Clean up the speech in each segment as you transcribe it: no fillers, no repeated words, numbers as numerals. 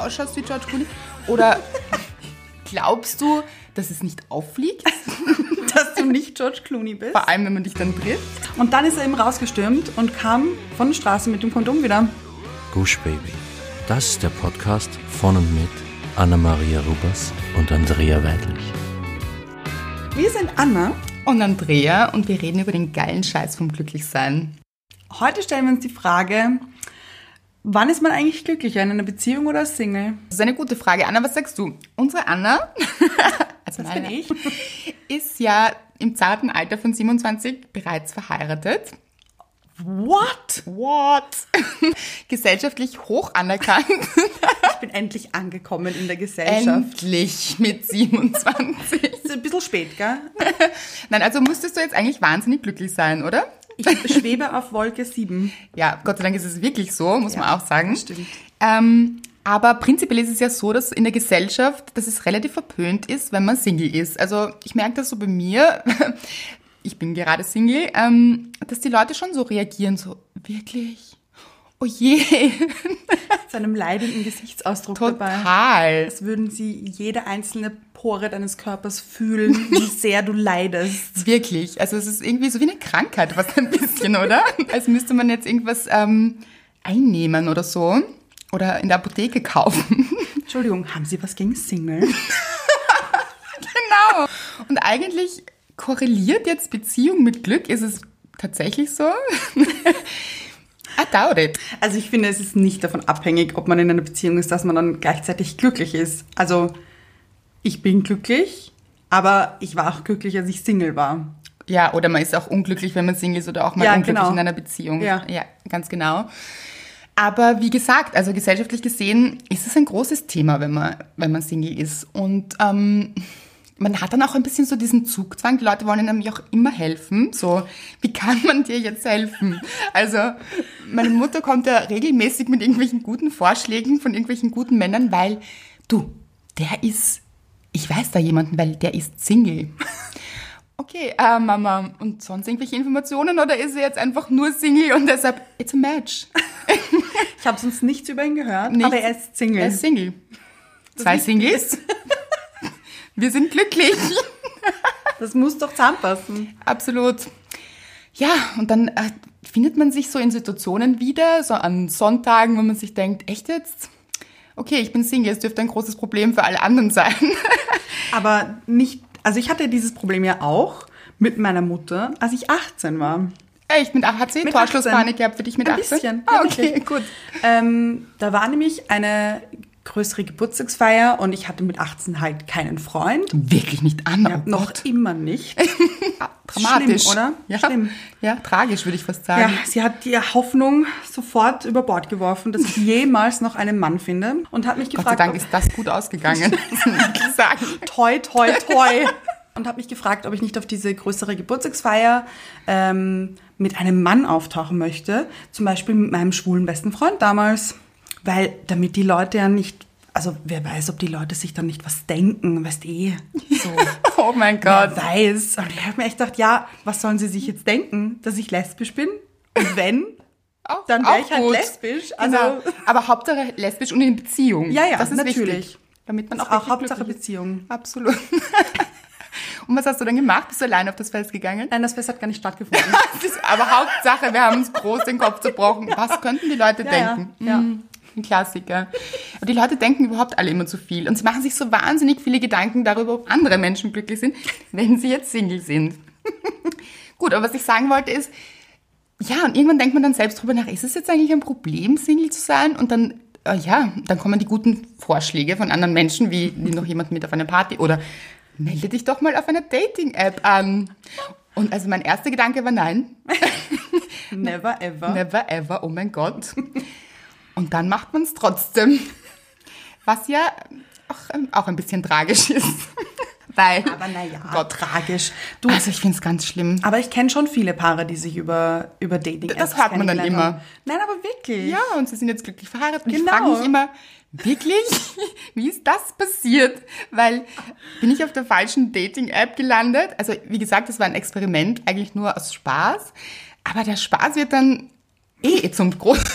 ausschaust wie George Clooney? Oder glaubst du, dass es nicht auffliegt? Dass du nicht George Clooney bist. Vor allem, wenn man dich dann trifft. Und dann ist er eben rausgestürmt und kam von der Straße mit dem Kondom wieder. Gush Baby. Das ist der Podcast von und mit Anna-Maria Rubers und Andrea Weidlich. Wir sind Anna und Andrea und wir reden über den geilen Scheiß vom Glücklichsein. Heute stellen wir uns die Frage, wann ist man eigentlich glücklicher, in einer Beziehung oder als Single? Das ist eine gute Frage. Anna, was sagst du? Unsere Anna, also das bin ich, ist ja im zarten Alter von 27 bereits verheiratet. What? Gesellschaftlich hoch anerkannt. Ich bin endlich angekommen in der Gesellschaft. Endlich mit 27. Ist ein bisschen spät, gell? Nein, also musstest du jetzt eigentlich wahnsinnig glücklich sein, oder? Ich schwebe auf Wolke 7. Ja, Gott sei Dank ist es wirklich so, muss man auch sagen. Das stimmt. Aber prinzipiell ist es ja so, dass in der Gesellschaft, dass es relativ verpönt ist, wenn man Single ist. Also ich merke das so bei mir, ich bin gerade Single, dass die Leute schon so reagieren, so wirklich, oh je. Zu einem leidenden Gesichtsausdruck Total. Dabei. Als würden sie jede einzelne Pore deines Körpers fühlen, wie sehr du leidest. Wirklich, also es ist irgendwie so wie eine Krankheit, was ein bisschen, oder? Als müsste man jetzt irgendwas einnehmen oder so. Oder in der Apotheke kaufen. Entschuldigung, haben Sie was gegen Single? Genau. Und eigentlich korreliert jetzt Beziehung mit Glück. Ist es tatsächlich so? I doubt it. Also ich finde, es ist nicht davon abhängig, ob man in einer Beziehung ist, dass man dann gleichzeitig glücklich ist. Also ich bin glücklich, aber ich war auch glücklich, als ich Single war. Ja, oder man ist auch unglücklich, wenn man Single ist oder auch mal unglücklich in einer Beziehung. Ja, ganz genau. Aber wie gesagt, also gesellschaftlich gesehen ist es ein großes Thema, wenn man Single ist. Und man hat dann auch ein bisschen so diesen Zugzwang. Die Leute wollen einem ja auch immer helfen. So, wie kann man dir jetzt helfen? Also meine Mutter kommt ja regelmäßig mit irgendwelchen guten Vorschlägen von irgendwelchen guten Männern, weil ich weiß da jemanden, weil der ist Single. Okay, Mama, und sonst irgendwelche Informationen oder ist er jetzt einfach nur Single und deshalb, it's a match? Ich habe sonst nichts über ihn gehört, nichts, aber er ist Single. Er ist Single. 2 Singles. Wir sind glücklich. Das muss doch zusammenpassen. Absolut. Ja, und dann findet man sich so in Situationen wieder, so an Sonntagen, wo man sich denkt, echt jetzt? Okay, ich bin Single, es dürfte ein großes Problem für alle anderen sein. Aber nicht, also ich hatte dieses Problem ja auch mit meiner Mutter, als ich 18 war. Echt? Hat sie Torschlusspanik gehabt für dich mit 18? Ein bisschen. Ah, okay, gut. Da war nämlich eine größere Geburtstagsfeier und ich hatte mit 18 halt keinen Freund. Wirklich nicht an? Ja, noch immer nicht. Dramatisch. Schlimm, oder? Ja. Schlimm. Ja, tragisch würde ich fast sagen. Ja, sie hat die Hoffnung sofort über Bord geworfen, dass ich jemals noch einen Mann finde und hat mich gefragt... Gott sei Dank ist das gut ausgegangen, muss ich sagen. Toi, toi, toi. Und hat mich gefragt, ob ich nicht auf diese größere Geburtstagsfeier mit einem Mann auftauchen möchte. Zum Beispiel mit meinem schwulen besten Freund damals. Weil damit die Leute ja nicht, also wer weiß, ob die Leute sich dann nicht was denken, weißt so. Oh mein Gott. Wer weiß. Und ich habe mir echt gedacht, ja, was sollen sie sich jetzt denken, dass ich lesbisch bin? Und wenn, dann wäre ich halt gut. lesbisch. Also genau. Aber Hauptsache lesbisch und in Beziehung. Ja, das ist natürlich. Wichtig, damit man auch Hauptsache Beziehung. Absolut. Und was hast du dann gemacht? Bist du allein auf das Fest gegangen? Nein, das Fest hat gar nicht stattgefunden. Aber Hauptsache, wir haben uns groß den Kopf zerbrochen. Was könnten die Leute denken? Ja. Ein Klassiker. Aber die Leute denken überhaupt alle immer zu viel. Und sie machen sich so wahnsinnig viele Gedanken darüber, ob andere Menschen glücklich sind, wenn sie jetzt Single sind. Gut, aber was ich sagen wollte ist, ja, und irgendwann denkt man dann selbst drüber nach, ist es jetzt eigentlich ein Problem, Single zu sein? Und dann, dann kommen die guten Vorschläge von anderen Menschen, wie nimm noch jemanden mit auf eine Party oder melde dich doch mal auf einer Dating-App an. Und also mein erster Gedanke war nein. Never ever. Never ever, oh mein Gott. Und dann macht man es trotzdem. Was ja auch ein bisschen tragisch ist. Weil, aber naja, Gott, tragisch. Also ich finde es ganz schlimm. Aber ich kenne schon viele Paare, die sich über Dating-Apps Das hört man dann immer. haben. Nein, aber wirklich. Ja, und sie sind jetzt glücklich verheiratet. Und genau. Ich frage mich immer, wirklich? Wie ist das passiert? Weil, bin ich auf der falschen Dating-App gelandet? Also wie gesagt, das war ein Experiment, eigentlich nur aus Spaß. Aber der Spaß wird dann zum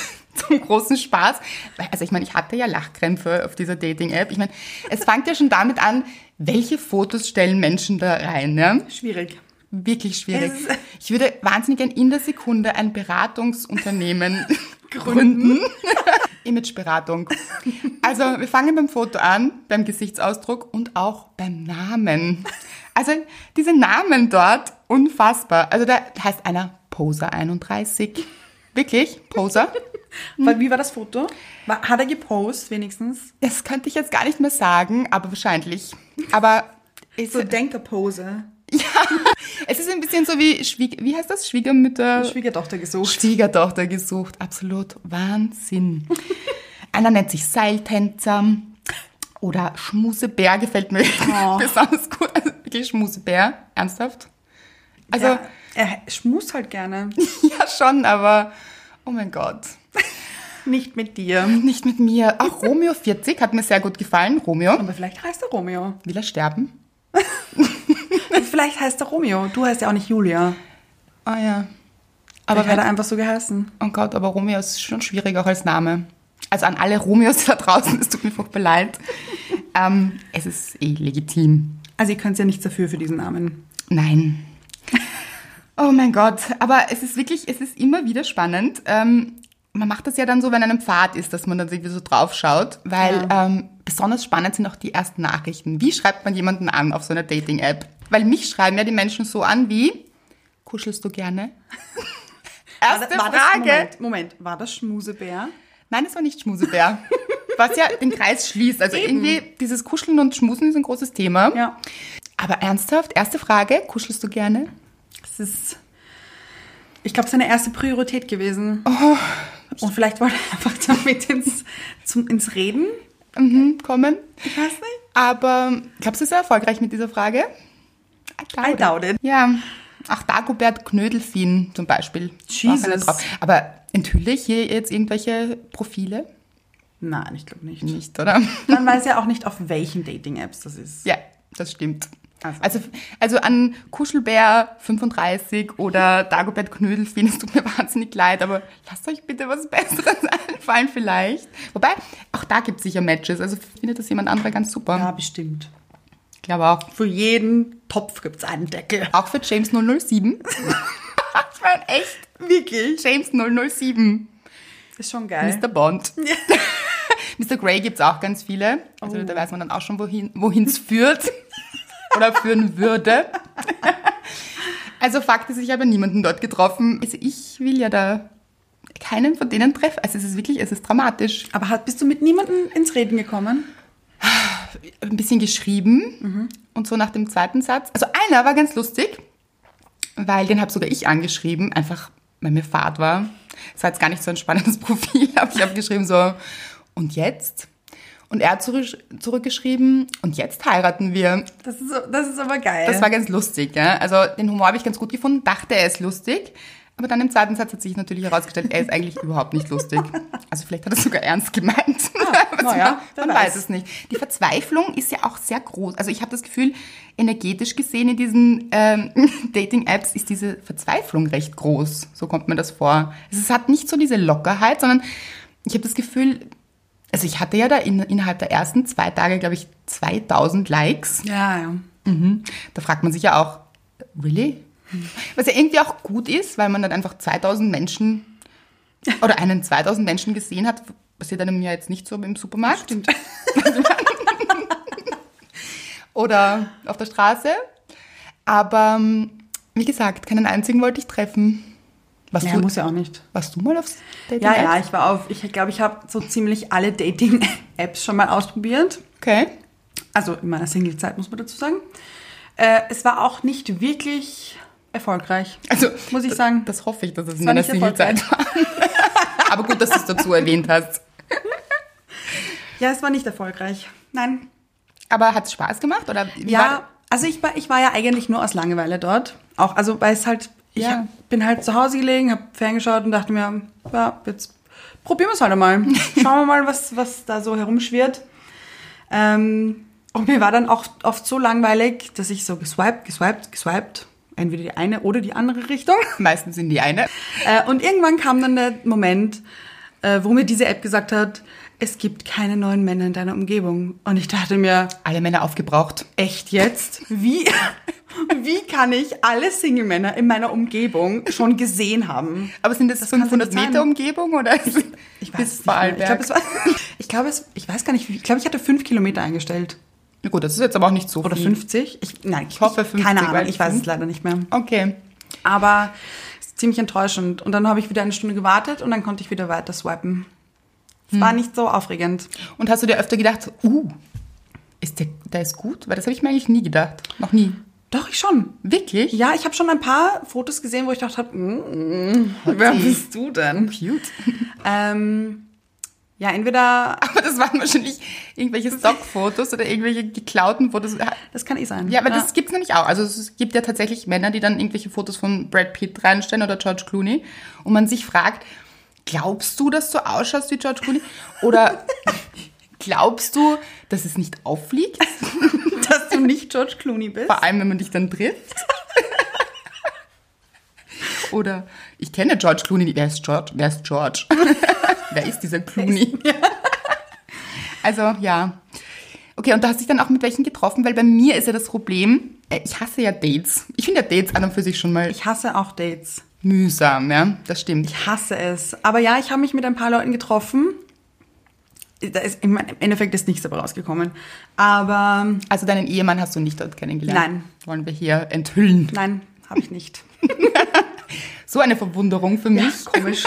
zum großen Spaß. Also ich meine, ich hatte ja Lachkrämpfe auf dieser Dating-App. Ich meine, es fängt ja schon damit an, welche Fotos stellen Menschen da rein, ja? Schwierig. Wirklich schwierig. Ich würde wahnsinnig gern in der Sekunde ein Beratungsunternehmen gründen. Imageberatung. Also wir fangen beim Foto an, beim Gesichtsausdruck und auch beim Namen. Also diese Namen dort, unfassbar. Also da heißt einer Poser 31. Wirklich? Poser? Wie war das Foto? Hat er gepostet wenigstens? Das könnte ich jetzt gar nicht mehr sagen, aber wahrscheinlich. Aber So Denkerpose. ja, es ist ein bisschen so wie, wie heißt das? Schwiegermütter? Schwiegertochter gesucht. Schwiegertochter gesucht. Absolut Wahnsinn. Einer nennt sich Seiltänzer oder Schmusebär, gefällt mir besonders gut. Also wirklich Schmusebär, ernsthaft? Also, Ja, er schmust halt gerne. ja schon, aber oh mein Gott. Nicht mit dir. Nicht mit mir. Auch Romeo 40 hat mir sehr gut gefallen. Romeo. Aber vielleicht heißt er Romeo. Will er sterben? Vielleicht heißt er Romeo. Du heißt ja auch nicht Julia. Ah ja. Aber Aber hat er einfach so geheißen. oh Gott, aber Romeo ist schon schwierig auch als Name. Also an alle Romeos da draußen, es tut mir furchtbar leid. Es ist legitim. Also ihr könnt ja nichts dafür für diesen Namen. Nein. Oh mein Gott, aber es ist wirklich, es ist immer wieder spannend. Man macht das ja dann so, wenn einem Pfad ist, dass man dann irgendwie so drauf schaut, weil besonders spannend sind auch die ersten Nachrichten. Wie schreibt man jemanden an auf so einer Dating-App? Weil mich schreiben ja die Menschen so an wie, kuschelst du gerne? Erste Frage. Moment, war das Schmusebär? Nein, es war nicht Schmusebär. Was ja den Kreis schließt. Also irgendwie dieses Kuscheln und Schmusen ist ein großes Thema. Ja. Aber ernsthaft, erste Frage, kuschelst du gerne? Das ist, ich glaube, seine erste Priorität gewesen. Oh. Und vielleicht wollte er einfach damit ins Reden. Kommen. Ich weiß nicht. Aber glaubst du, ist er erfolgreich mit dieser Frage? I doubt it. Ja, auch Dagobert Knödelfien zum Beispiel. Jesus. War keiner drauf. Aber enthülle ich hier jetzt irgendwelche Profile? Nein, ich glaube nicht. Nicht, oder? Man weiß ja auch nicht, auf welchen Dating-Apps das ist. Ja, das stimmt. Also an Kuschelbär 35 oder Dagobert Knödelfien, es tut mir wahnsinnig leid, aber lasst euch bitte was Besseres einfallen vielleicht. Wobei, auch da gibt es sicher Matches, also findet das jemand anderer ganz super. Ja, bestimmt. Ich glaube auch. Für jeden Topf gibt es einen Deckel. Auch für James 007. Ich meine, echt, Wirklich? James 007. Ist schon geil. Mr. Bond. Mr. Grey gibt es auch ganz viele. Also da weiß man dann auch schon, wohin es führt. Oder führen würde. Also Fakt ist, ich habe niemanden dort getroffen. Also ich will ja da keinen von denen treffen. Also es ist wirklich, es ist dramatisch. Aber bist du mit niemandem ins Reden gekommen? Ein bisschen geschrieben und so nach dem zweiten Satz. Also einer war ganz lustig, weil den habe sogar ich angeschrieben, einfach weil mir Fahrt war. Es war jetzt gar nicht so ein spannendes Profil, aber ich habe geschrieben so, und jetzt? Und er hat zurückgeschrieben, und jetzt heiraten wir. Das ist aber geil. Das war ganz lustig, ja. Also den Humor habe ich ganz gut gefunden, dachte, er ist lustig. Aber dann im zweiten Satz hat sich natürlich herausgestellt, er ist eigentlich überhaupt nicht lustig. Also vielleicht hat er es sogar ernst gemeint. naja, man weiß es nicht. Die Verzweiflung ist ja auch sehr groß. Also ich habe das Gefühl, energetisch gesehen in diesen Dating-Apps ist diese Verzweiflung recht groß. So kommt mir das vor. Es hat nicht so diese Lockerheit, sondern ich habe das Gefühl, also ich hatte ja da innerhalb der ersten 2 Tage, glaube ich, 2000 Likes. Ja. Da fragt man sich ja auch, really? Was ja irgendwie auch gut ist, weil man dann einfach 2000 Menschen oder einen 2000 Menschen gesehen hat. Passiert einem ja jetzt nicht so im Supermarkt. Stimmt. Oder auf der Straße. Aber wie gesagt, keinen einzigen wollte ich treffen. Muss ja auch nicht. Warst du mal aufs Dating? Ja, ich glaube, ich habe so ziemlich alle Dating-Apps schon mal ausprobiert. Okay. Also in meiner Single-Zeit, muss man dazu sagen. Es war auch nicht wirklich erfolgreich, Also, muss ich sagen. Das hoffe ich, dass es in war deiner nicht Single-Zeit war. Aber gut, dass du es dazu erwähnt hast. Ja, es war nicht erfolgreich. Nein. Aber hat es Spaß gemacht? Oder Ja, also ich war ja eigentlich nur aus Langeweile dort. Auch, also weil es halt, bin halt zu Hause gelegen, habe ferngeschaut und dachte mir, ja, jetzt probieren wir es halt einmal. Schauen wir mal, was da so herumschwirrt. Und mir war dann auch oft so langweilig, dass ich so geswiped, entweder die eine oder die andere Richtung. Meistens in die eine. Und irgendwann kam dann der Moment, wo mir diese App gesagt hat, es gibt keine neuen Männer in deiner Umgebung. Und ich dachte mir, Alle Männer aufgebraucht. echt jetzt? Wie kann ich alle Single-Männer in meiner Umgebung schon gesehen haben? Aber sind das kann's ja 500 nicht sein. Meter Umgebung oder Ich weiß bis es nicht mehr. Vorarlberg? Ich weiß gar nicht, ich glaube, ich hatte 5 Kilometer eingestellt. Na gut, das ist jetzt aber auch nicht so Oder viel. 50? Ich hoffe 50, Keine Ahnung, weil ich weiß es 5. leider nicht mehr. Okay. Aber es ist ziemlich enttäuschend. Und dann habe ich wieder eine Stunde gewartet und dann konnte ich wieder weiter swipen. Es war nicht so aufregend. Und hast du dir öfter gedacht, der ist gut? Weil das habe ich mir eigentlich nie gedacht. Noch nie. Doch, ich schon. Wirklich? Ja, ich habe schon ein paar Fotos gesehen, wo ich dachte, wer bist du denn? Cute. Ja, entweder, Aber das waren wahrscheinlich irgendwelche Stockfotos oder irgendwelche geklauten Fotos. das kann eh sein. Ja, aber das gibt's nämlich auch. Also es gibt ja tatsächlich Männer, die dann irgendwelche Fotos von Brad Pitt reinstellen oder George Clooney und man sich fragt, glaubst du, dass du ausschaust wie George Clooney? Oder glaubst du, dass es nicht auffliegt? Dass du nicht George Clooney bist. Vor allem, wenn man dich dann trifft. Oder ich kenne George Clooney. Wer ist George? Wer ist George? Wer ist dieser Clooney? Also, ja. Okay, und du hast dich dann auch mit welchen getroffen? Weil bei mir ist ja das Problem, ich hasse ja Dates. Ich finde ja Dates an und für sich schon mal Ich hasse auch Dates. mühsam, ja. Das stimmt. Ich hasse es. Aber ja, ich habe mich mit ein paar Leuten getroffen. Im Endeffekt ist nichts dabei rausgekommen. Aber Also deinen Ehemann hast du nicht dort kennengelernt? Nein. Wollen wir hier enthüllen. nein, habe ich nicht. So eine Verwunderung für mich. Ja, komisch.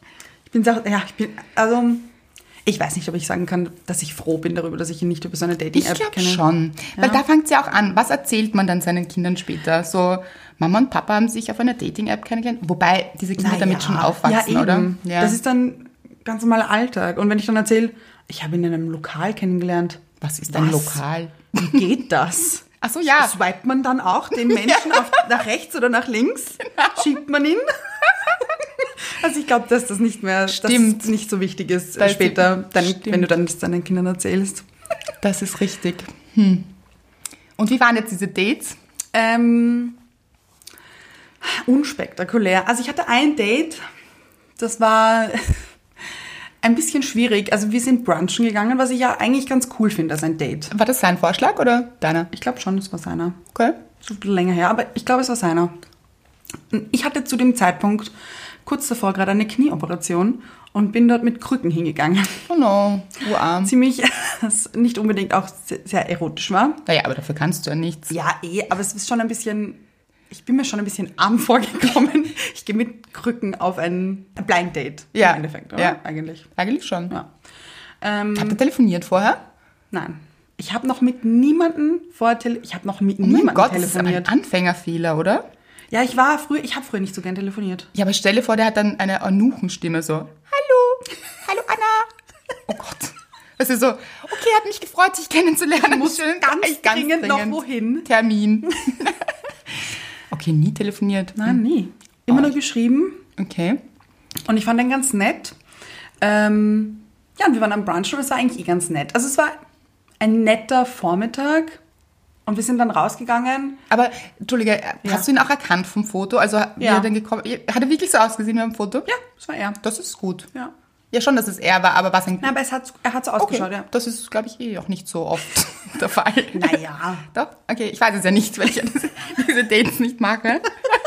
Ich weiß nicht, ob ich sagen kann, dass ich froh bin darüber, dass ich ihn nicht über so eine Ich Dating-App glaube kenne. schon. Weil da fängt es ja auch an. Was erzählt man dann seinen Kindern später? So, Mama und Papa haben sich auf einer Dating-App kennengelernt. Wobei diese Kinder damit schon aufwachsen, ja, oder? eben. Ja. Das ist dann ganz normaler Alltag. Und wenn ich dann erzähle, ich habe ihn in einem Lokal kennengelernt. Was ist ein Lokal? Wie geht das? Ach so, ja. Swipet man dann auch den Menschen nach rechts oder nach links? Genau. Schiebt man ihn? Also ich glaube, dass das nicht mehr, Stimmt. dass es nicht so wichtig ist Da ist später, Stimmt. wenn du dann das deinen Kindern erzählst. Das ist richtig. Und wie waren jetzt diese Dates? Unspektakulär. Also ich hatte ein Date, das war ein bisschen schwierig. Also wir sind brunchen gegangen, was ich ja eigentlich ganz cool finde als ein Date. War das sein Vorschlag oder deiner? Ich glaube schon, es war seiner. Okay. Schon ein bisschen länger her, aber ich glaube, es war seiner. Ich hatte zu dem Zeitpunkt kurz davor gerade eine Knieoperation und bin dort mit Krücken hingegangen. Oh no, urarm. Ziemlich, das nicht unbedingt auch sehr erotisch war. Naja, aber dafür kannst du ja nichts. Ja, aber es ist schon ein bisschen, ich bin mir schon ein bisschen arm vorgekommen. Ich gehe mit Krücken auf ein Blind Date Ja. im Endeffekt, oder? Ja. Eigentlich. Eigentlich schon. Ja. Habt ihr telefoniert vorher? Nein. Ich habe noch mit niemandem telefoniert. Oh mein Gott, das ist aber ein Anfängerfehler, oder? Ja, ich habe früher nicht so gern telefoniert. Ja, aber stell dir vor, der hat dann eine Eunuchenstimme so. Hallo Anna. Oh Gott. Das ist so, okay, hat mich gefreut, dich kennenzulernen. Muss ganz dringend noch wohin. Termin. Okay, nie telefoniert. Nein, nie. Immer nur geschrieben. Okay. Und ich fand den ganz nett. Ja, und wir waren am Brunch und es war eigentlich ganz nett. Also es war ein netter Vormittag und wir sind dann rausgegangen. Aber, Entschuldige, hast du ihn auch erkannt vom Foto? Also, wie Ja. er denn gekommen? Hat er wirklich so ausgesehen wie am Foto? Ja, das war er. Das ist gut. Ja. Ja, schon, dass es er war, aber was ein... Nein, aber er hat so ausgeschaut, Okay, ja. das ist, glaube ich, auch nicht so oft der Fall. Naja. Doch? Okay, ich weiß es ja nicht, weil ich ja diese Dates nicht mache.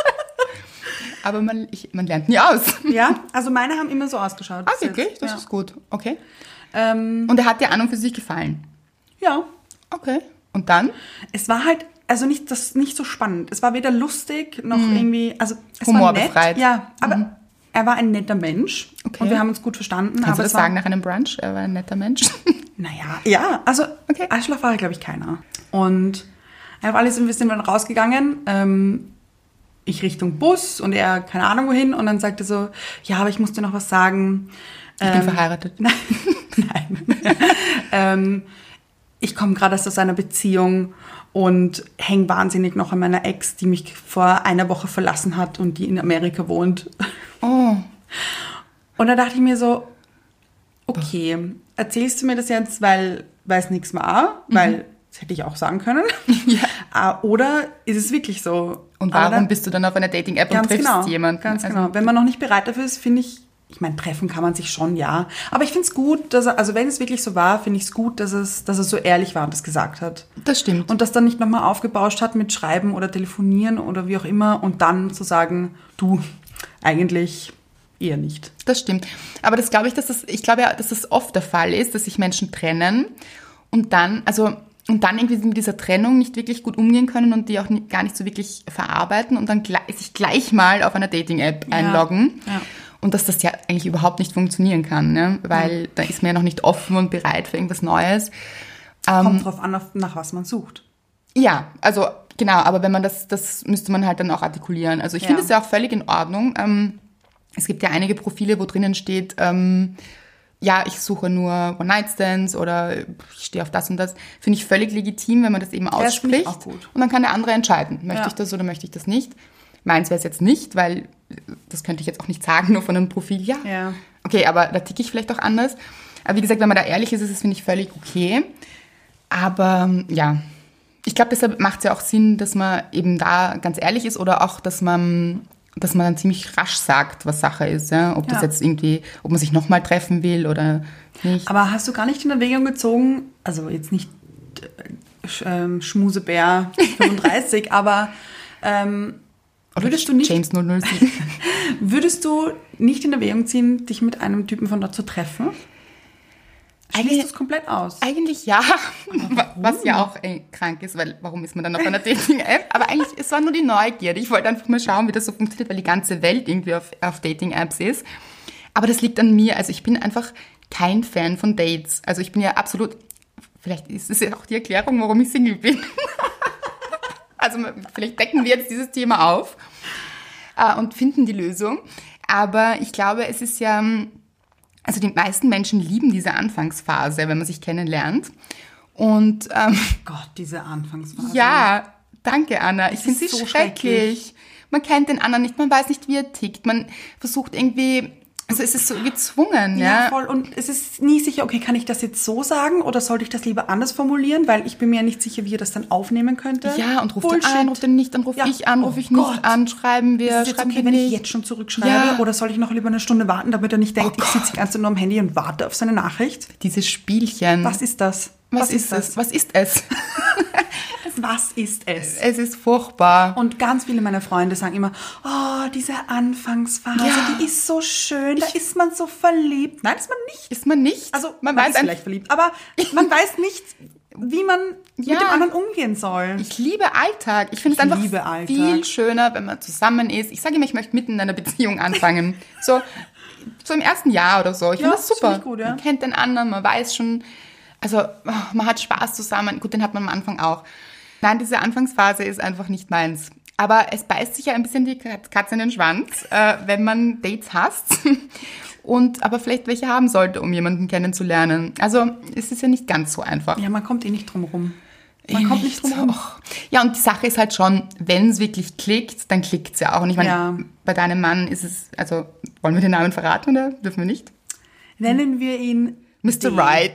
Aber man lernt nie aus. Ja, also meine haben immer so ausgeschaut. Okay, okay, das ja. ist gut. Okay. Ähm, Und er hat dir an und für sich gefallen? ja. Okay. Und dann? Es war halt, also nicht so spannend. Es war weder lustig noch irgendwie, also es Humorbefreit. war nett. Ja, aber er war ein netter Mensch Okay. und wir haben uns gut verstanden. Kannst aber du das es war, sagen nach einem Brunch? Er war ein netter Mensch. Naja, ja, also Okay. Arschloch war, glaube ich, keiner. Und auf alles wir sind dann rausgegangen, ich Richtung Bus und er keine Ahnung wohin und dann sagte so, ja, aber ich muss dir noch was sagen. Ich bin verheiratet. Nein. Ich komme gerade aus einer Beziehung und hänge wahnsinnig noch an meiner Ex, die mich vor einer Woche verlassen hat und die in Amerika wohnt. Oh. Und da dachte ich mir so, okay, erzählst du mir das jetzt, weil es nichts war? Weil, das hätte ich auch sagen können. Ja. Oder ist es wirklich so? Und Aber warum dann- bist du dann auf einer Dating-App und Ganz triffst genau, jemanden? Ganz Also, genau. Wenn man noch nicht bereit dafür ist, finde ich ich meine, treffen kann man sich schon, ja. Aber ich finde es gut, dass also wenn es wirklich so war, finde ich es gut, dass er so ehrlich war und das gesagt hat. Das stimmt. Und das dann nicht nochmal aufgebauscht hat mit Schreiben oder Telefonieren oder wie auch immer und dann zu sagen, du, eigentlich eher nicht. Das stimmt. Aber das glaube ich, ich glaube ja, dass das oft der Fall ist, dass sich Menschen trennen und dann irgendwie mit dieser Trennung nicht wirklich gut umgehen können und die auch gar nicht so wirklich verarbeiten und dann sich gleich mal auf einer Dating-App einloggen. Ja. Und dass das ja eigentlich überhaupt nicht funktionieren kann, ne? Weil da ist man ja noch nicht offen und bereit für irgendwas Neues. Kommt drauf an, nach was man sucht. Ja, also genau, aber wenn man das müsste man halt dann auch artikulieren. Also ich finde es ja auch völlig in Ordnung. Es gibt ja einige Profile, wo drinnen steht, ich suche nur One-Night-Stands oder ich stehe auf das und das. Finde ich völlig legitim, wenn man das eben ausspricht. auch gut. Und dann kann der andere entscheiden, möchte ich das oder möchte ich das nicht. Meins wäre es jetzt nicht, weil das könnte ich jetzt auch nicht sagen, nur von einem Profil. Ja. Okay, aber da ticke ich vielleicht auch anders. Aber wie gesagt, wenn man da ehrlich ist, ist es, finde ich, völlig okay. Aber ja, ich glaube, deshalb macht es ja auch Sinn, dass man eben da ganz ehrlich ist oder auch, dass man dann ziemlich rasch sagt, was Sache ist. Ja? Ob das jetzt irgendwie, ob man sich nochmal treffen will oder nicht. Aber hast du gar nicht in Erwägung gezogen, also jetzt nicht Schmusebär 35, aber würdest du nicht James 007. Würdest du nicht in Erwägung ziehen, dich mit einem Typen von dort zu treffen? Schließt du es komplett aus? Eigentlich ja, was ja auch krank ist, weil warum ist man dann auf einer Dating-App? Aber eigentlich, es war nur die Neugierde. Ich wollte einfach mal schauen, wie das so funktioniert, weil die ganze Welt irgendwie auf Dating-Apps ist. Aber das liegt an mir. Also ich bin einfach kein Fan von Dates. Also ich bin ja absolut, vielleicht ist es ja auch die Erklärung, warum ich Single bin. Also vielleicht decken wir jetzt dieses Thema auf und finden die Lösung. Aber ich glaube, es ist ja... Also die meisten Menschen lieben diese Anfangsphase, wenn man sich kennenlernt. Und Gott, diese Anfangsphase. ja, danke Anna. Ich finde sie so schrecklich. Man kennt den anderen nicht, man weiß nicht, wie er tickt. Man versucht irgendwie, also es ist so gezwungen. Ja, voll. Und es ist nie sicher, okay, kann ich das jetzt so sagen oder sollte ich das lieber anders formulieren? Weil ich bin mir ja nicht sicher, wie er das dann aufnehmen könnte. Ja, und ruft er an, ruft er nicht, dann rufe ich an, rufe ich nicht an, schreiben wir, ist es jetzt schreiben okay, wir wenn nicht. ich jetzt schon zurückschreibe oder soll ich noch lieber eine Stunde warten, damit er nicht denkt, ich sitze die ganze Zeit nur am Handy und warte auf seine Nachricht? Dieses Spielchen. Was ist das? Was ist es? Was ist es? Was ist es? Es ist furchtbar. Und ganz viele meiner Freunde sagen immer, oh, diese Anfangsphase, die ist so schön, da ist man so verliebt. Nein, ist man nicht. Ist man nicht? Also man weiß vielleicht verliebt, aber man weiß nicht, wie man mit dem anderen umgehen soll. Ich liebe Alltag. Ich finde es einfach viel schöner, wenn man zusammen ist. Ich sage immer, ich möchte mitten in einer Beziehung anfangen. so im ersten Jahr oder so. Ich finde das super. Gut, ja. Man kennt den anderen, man weiß schon, also man hat Spaß zusammen. Gut, den hat man am Anfang auch. Nein, diese Anfangsphase ist einfach nicht meins. Aber es beißt sich ja ein bisschen die Katze in den Schwanz, wenn man Dates hasst und aber vielleicht welche haben sollte, um jemanden kennenzulernen. Also es ist ja nicht ganz so einfach. Ja, man kommt nicht drum rum. Man kommt nicht drum rum. Ja, und die Sache ist halt schon, wenn es wirklich klickt, dann klickt es ja auch. Und ich meine, bei deinem Mann ist es, also wollen wir den Namen verraten oder dürfen wir nicht? Nennen wir ihn Mr. Right.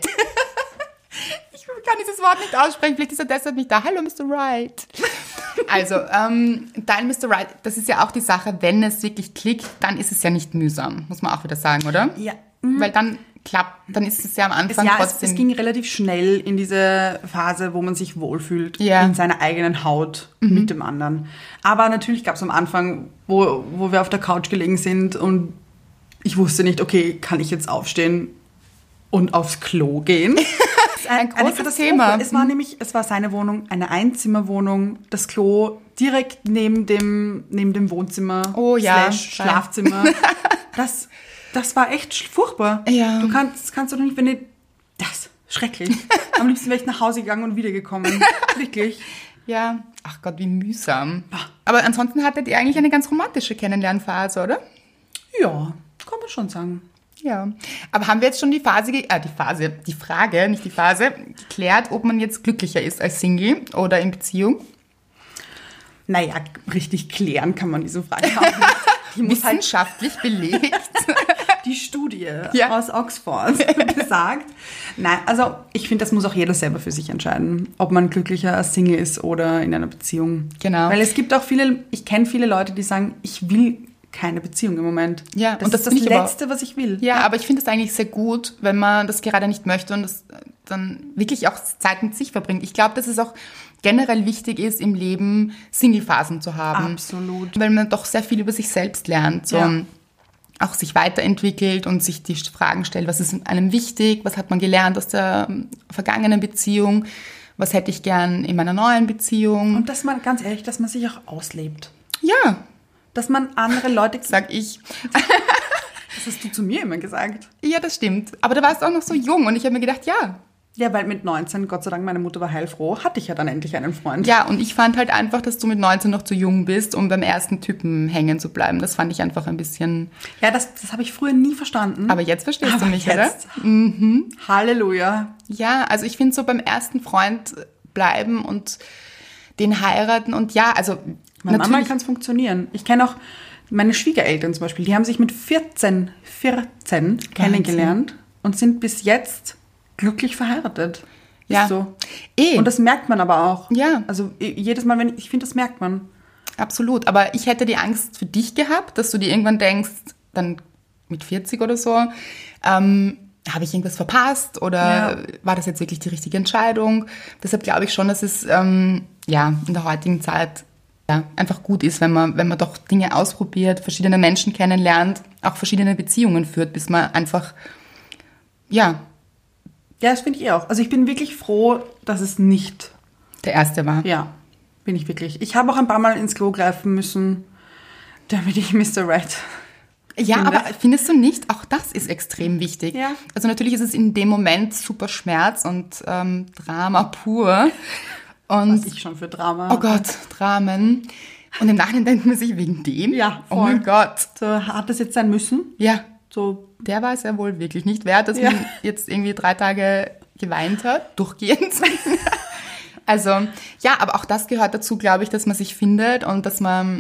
Ich kann dieses Wort nicht aussprechen, vielleicht ist er deshalb nicht da. Hallo, Mr. Right. Also, dein Mr. Right, das ist ja auch die Sache, wenn es wirklich klickt, dann ist es ja nicht mühsam, muss man auch wieder sagen, oder? Ja. Weil dann ist es ja am Anfang trotzdem... Es ging relativ schnell in diese Phase, wo man sich wohlfühlt in seiner eigenen Haut mit dem anderen. Aber natürlich gab es am Anfang, wo wir auf der Couch gelegen sind und ich wusste nicht, okay, kann ich jetzt aufstehen und aufs Klo gehen? Ein großes Thema. Es war seine Wohnung, eine Einzimmerwohnung, das Klo direkt neben dem Wohnzimmer, Schlafzimmer. Das war echt furchtbar. Ja. Du kannst doch nicht, das, schrecklich. Am liebsten wäre ich nach Hause gegangen und wiedergekommen. Wirklich. Ja, ach Gott, wie mühsam. Aber ansonsten hattet ihr eigentlich eine ganz romantische Kennenlernphase, oder? Ja, kann man schon sagen. Ja, aber haben wir jetzt schon die Frage, geklärt, ob man jetzt glücklicher ist als Single oder in Beziehung? Naja, richtig klären kann man diese Frage auch nicht. Die muss wissenschaftlich belegt. Die Studie aus Oxford besagt. Nein, also ich finde, das muss auch jeder selber für sich entscheiden, ob man glücklicher als Single ist oder in einer Beziehung. Genau. Weil es gibt auch ich kenne viele Leute, die sagen, ich will keine Beziehung im Moment. Ja, das und das ist das finde ich aber- Letzte, was ich will. Ja, aber ich finde es eigentlich sehr gut, wenn man das gerade nicht möchte und das dann wirklich auch Zeit mit sich verbringt. Ich glaube, dass es auch generell wichtig ist, im Leben Single-Phasen zu haben. Absolut. Weil man doch sehr viel über sich selbst lernt. So. Ja. Auch sich weiterentwickelt und sich die Fragen stellt, was ist einem wichtig, was hat man gelernt aus der vergangenen Beziehung, was hätte ich gern in meiner neuen Beziehung. Und dass man, ganz ehrlich, dass man sich auch auslebt. Ja, Dass man andere Leute... sag ich. Das hast du zu mir immer gesagt. Ja, das stimmt. Aber da warst du auch noch so jung und ich habe mir gedacht, ja. Ja, weil mit 19, Gott sei Dank, meine Mutter war heilfroh, hatte ich ja dann endlich einen Freund. Ja, und ich fand halt einfach, dass du mit 19 noch zu jung bist, um beim ersten Typen hängen zu bleiben. Das fand ich einfach ein bisschen... Ja, das habe ich früher nie verstanden. Aber jetzt verstehst du Aber mich, jetzt. oder? Halleluja. Ja, also ich finde so beim ersten Freund bleiben und den heiraten und ja, also Manchmal natürlich... kann es funktionieren. Ich kenne auch meine Schwiegereltern zum Beispiel, die haben sich mit 14 kennengelernt und sind bis jetzt glücklich verheiratet. Ja. Ist so. Eh. Und das merkt man aber auch. Ja. Also jedes Mal, wenn ich finde, das merkt man. Absolut, aber ich hätte die Angst für dich gehabt, dass du dir irgendwann denkst, dann mit 40 oder so, habe ich irgendwas verpasst oder war das jetzt wirklich die richtige Entscheidung? Deshalb glaube ich schon, dass es in der heutigen Zeit einfach gut ist, wenn man doch Dinge ausprobiert, verschiedene Menschen kennenlernt, auch verschiedene Beziehungen führt, bis man einfach, Ja, das finde ich auch. Also ich bin wirklich froh, dass es nicht, der Erste war. ja, bin ich wirklich. Ich habe auch ein paar Mal ins Klo greifen müssen, damit ich Mr. Red Ja, finde. aber findest du nicht? Auch das ist extrem wichtig. Ja. Also natürlich ist es in dem Moment super Schmerz und Drama pur. Und Was ich schon für Drama. oh Gott, Dramen. Und im Nachhinein denkt man sich wegen dem. Ja, Oh voll. mein Gott. So, hat das jetzt sein müssen? Ja, So, der war es ja wohl wirklich nicht wert, dass Ja. man jetzt irgendwie 3 Tage geweint hat, durchgehend. Also, ja, aber auch das gehört dazu, glaube ich, dass man sich findet und dass man,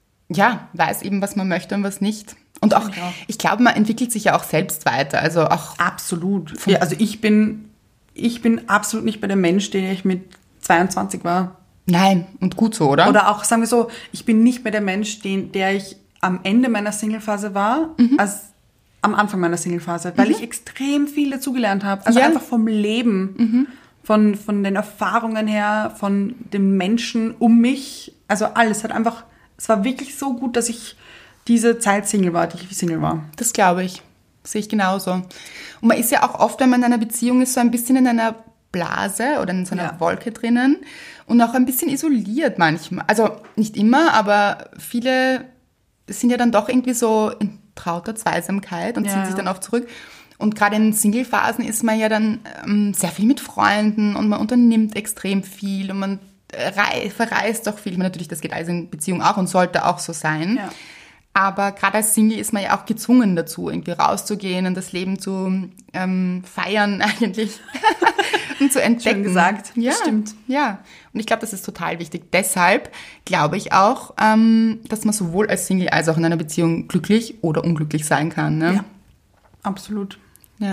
weiß eben, was man möchte und was nicht. Und auch, ich glaube, man entwickelt sich ja auch selbst weiter. Also auch, absolut. Ja, also ich bin absolut nicht mehr der Mensch, der ich mit 22 war. nein, und gut so, oder? Oder auch, sagen wir so, ich bin nicht mehr der Mensch, der ich am Ende meiner Single-Phase war, als am Anfang meiner Single-Phase, weil ich extrem viel dazugelernt habe. Also Ja. einfach vom Leben, von den Erfahrungen her, von den Menschen um mich. Also alles hat einfach, es war wirklich so gut, dass ich diese Zeit Single war, die ich Single war. Das glaube ich. Sehe ich genauso. Und man ist ja auch oft, wenn man in einer Beziehung ist, so ein bisschen in einer Blase oder in so einer Ja. Wolke drinnen und auch ein bisschen isoliert manchmal. Also nicht immer, aber viele sind ja dann doch irgendwie so in trauter Zweisamkeit und Ja, ziehen sich ja. dann auch zurück. Und gerade in Single-Phasen ist man ja dann sehr viel mit Freunden und man unternimmt extrem viel und man verreist auch viel. Ich meine, natürlich, das geht alles in Beziehung auch und sollte auch so sein. Ja. Aber gerade als Single ist man ja auch gezwungen dazu, irgendwie rauszugehen und das Leben zu feiern eigentlich und zu entdecken. Schön gesagt, Ja, das stimmt. Ja, und ich glaube, das ist total wichtig. Deshalb glaube ich auch, dass man sowohl als Single als auch in einer Beziehung glücklich oder unglücklich sein kann. Ne? Ja, absolut. Ja.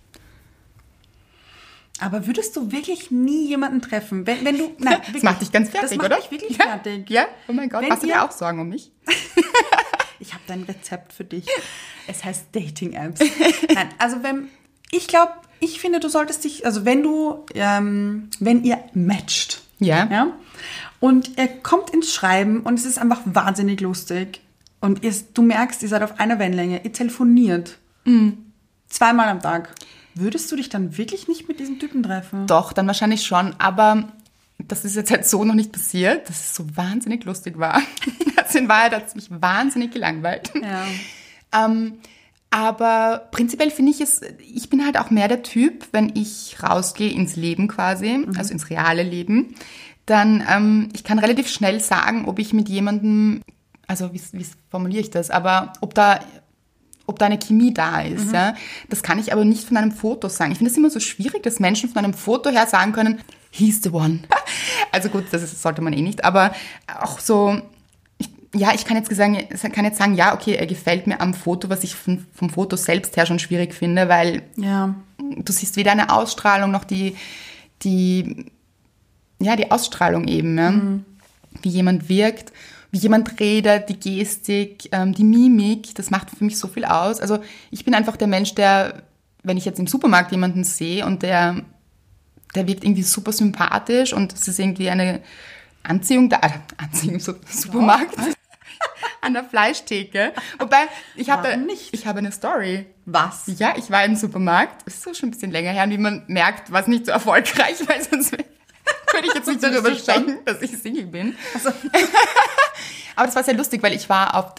Aber würdest du wirklich nie jemanden treffen, wenn du... Nein, Das macht dich ganz fertig, das macht oder? mich wirklich ja. fertig. Ja, oh mein Gott, Wenn hast du ihr- dir auch Sorgen um mich? Ich habe dein Rezept für dich. Es heißt Dating-Apps. Nein, also ich finde, du solltest dich, also wenn ihr matcht, Ja. und ihr kommt ins Schreiben und es ist einfach wahnsinnig lustig und du merkst, ihr seid auf einer Wellenlänge, ihr telefoniert 2-mal am Tag. Würdest du dich dann wirklich nicht mit diesem Typen treffen? Doch, dann wahrscheinlich schon, aber das ist jetzt halt so noch nicht passiert, dass es so wahnsinnig lustig war. Also in Wahrheit hat es mich wahnsinnig gelangweilt. Ja. Aber prinzipiell finde ich bin halt auch mehr der Typ, wenn ich rausgehe ins Leben quasi, also ins reale Leben, dann, ich kann relativ schnell sagen, ob ich mit jemandem, also wie formuliere ich das, aber ob da eine Chemie da ist. Ja? Das kann ich aber nicht von einem Foto sagen. Ich finde es immer so schwierig, dass Menschen von einem Foto her sagen können, he's the one. Also gut, sollte man eh nicht, aber auch so, ich kann jetzt sagen, ja, okay, er gefällt mir am Foto, was ich vom Foto selbst her schon schwierig finde, weil Ja. du siehst weder eine Ausstrahlung noch die Ausstrahlung eben, ja? Wie jemand wirkt, wie jemand redet, die Gestik, die Mimik, das macht für mich so viel aus. Also ich bin einfach der Mensch, der, wenn ich jetzt im Supermarkt jemanden sehe und der wirkt irgendwie super sympathisch und es ist irgendwie eine Anziehung da, Anziehung im Supermarkt, an der Fleischtheke. Wobei, ich habe eine Story. Was? Ja, ich war im Supermarkt, das ist so schon ein bisschen länger her, und wie man merkt, war es nicht so erfolgreich, weil sonst könnte ich jetzt nicht darüber sprechen, dass ich Single bin. Also. Aber das war sehr lustig, weil es war